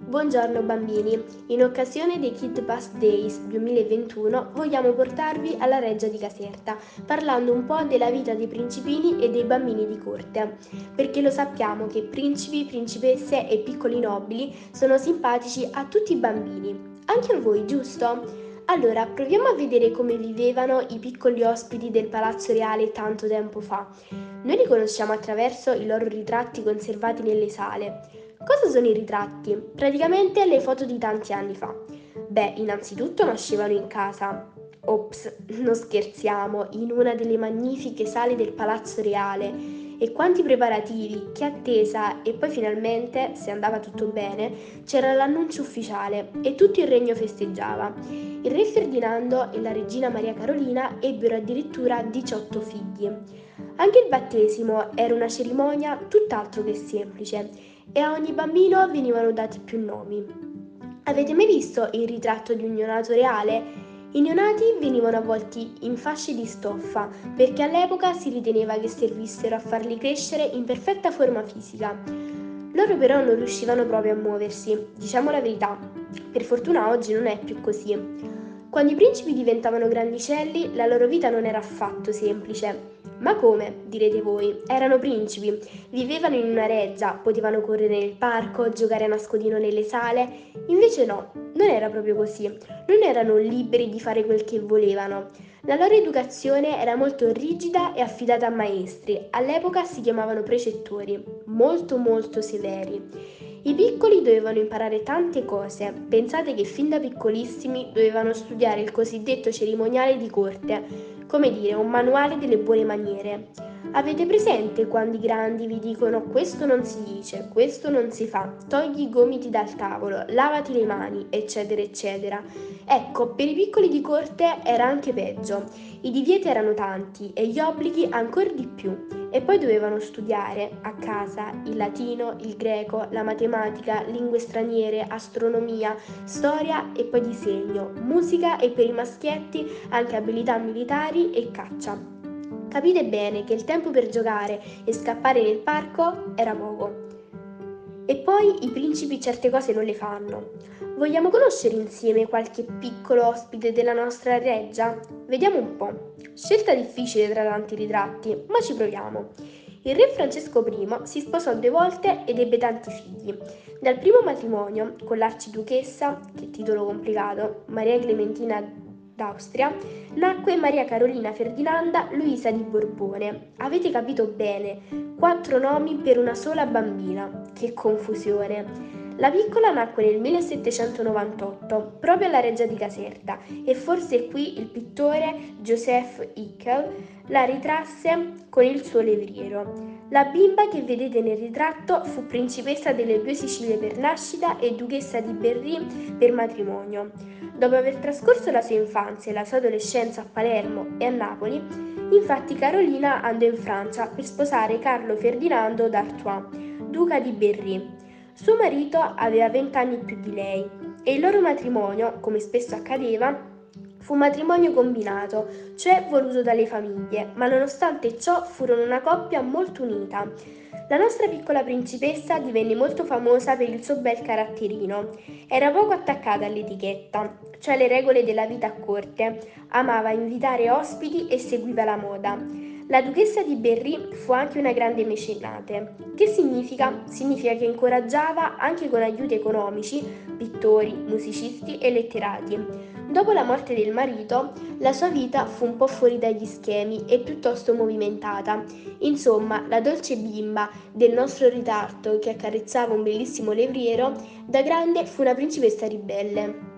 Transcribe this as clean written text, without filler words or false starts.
Buongiorno bambini, in occasione dei Kid Bus Days 2021 vogliamo portarvi alla Reggia di Caserta, parlando un po' della vita dei principini e dei bambini di corte, perché lo sappiamo che principi, principesse e piccoli nobili sono simpatici a tutti i bambini, anche a voi, giusto? Allora, proviamo a vedere come vivevano i piccoli ospiti del Palazzo Reale tanto tempo fa. Noi li conosciamo attraverso i loro ritratti conservati nelle sale. Cosa sono i ritratti? Praticamente le foto di tanti anni fa. Beh, innanzitutto nascevano in casa. Ops, non scherziamo, in una delle magnifiche sale del Palazzo Reale. E quanti preparativi, che attesa e poi finalmente, se andava tutto bene, c'era l'annuncio ufficiale e tutto il regno festeggiava. Il re Ferdinando e la regina Maria Carolina ebbero addirittura 18 figli. Anche il battesimo era una cerimonia tutt'altro che semplice e a ogni bambino venivano dati più nomi. Avete mai visto il ritratto di un neonato reale? I neonati venivano avvolti in fasce di stoffa perché all'epoca si riteneva che servissero a farli crescere in perfetta forma fisica. Loro però non riuscivano proprio a muoversi, diciamo la verità. Per fortuna oggi non è più così. Quando i principi diventavano grandicelli, la loro vita non era affatto semplice. Ma come, direte voi? Erano principi, vivevano in una reggia, potevano correre nel parco, giocare a nascondino nelle sale. Invece no, non era proprio così. Non erano liberi di fare quel che volevano. La loro educazione era molto rigida e affidata a maestri, all'epoca si chiamavano precettori, molto molto severi. I piccoli dovevano imparare tante cose, pensate che fin da piccolissimi dovevano studiare il cosiddetto cerimoniale di corte, come dire, un manuale delle buone maniere. Avete presente quando i grandi vi dicono questo non si dice, questo non si fa, togli i gomiti dal tavolo, lavati le mani, eccetera, eccetera? Ecco, per i piccoli di corte era anche peggio. I divieti erano tanti e gli obblighi ancora di più. E poi dovevano studiare a casa il latino, il greco, la matematica, lingue straniere, astronomia, storia e poi disegno, musica e per i maschietti anche abilità militari e caccia. Capite bene che il tempo per giocare e scappare nel parco era poco. E poi i principi certe cose non le fanno. Vogliamo conoscere insieme qualche piccolo ospite della nostra reggia? Vediamo un po'. Scelta difficile tra tanti ritratti, ma ci proviamo. Il re Francesco I si sposò 2 volte ed ebbe tanti figli. Dal primo matrimonio con l'arciduchessa, che titolo complicato, Maria Clementina d'Austria, nacque Maria Carolina Ferdinanda Luisa di Borbone. Avete capito bene, 4 nomi per una sola bambina. Che confusione! La piccola nacque nel 1798, proprio alla Reggia di Caserta, e forse qui il pittore Joseph Hickel la ritrasse con il suo levriero. La bimba che vedete nel ritratto fu principessa delle 2 Sicilie per nascita e duchessa di Berry per matrimonio. Dopo aver trascorso la sua infanzia e la sua adolescenza a Palermo e a Napoli, infatti Carolina andò in Francia per sposare Carlo Ferdinando d'Artois, duca di Berry. Suo marito aveva 20 anni più di lei e il loro matrimonio, come spesso accadeva, fu un matrimonio combinato, cioè voluto dalle famiglie, ma nonostante ciò furono una coppia molto unita. La nostra piccola principessa divenne molto famosa per il suo bel caratterino. Era poco attaccata all'etichetta, cioè alle regole della vita a corte. Amava invitare ospiti e seguiva la moda. La duchessa di Berry fu anche una grande mecenate. Che significa? Significa che incoraggiava anche con aiuti economici pittori, musicisti e letterati. Dopo la morte del marito, la sua vita fu un po' fuori dagli schemi e piuttosto movimentata. Insomma, la dolce bimba del nostro ritratto che accarezzava un bellissimo levriero, da grande fu una principessa ribelle.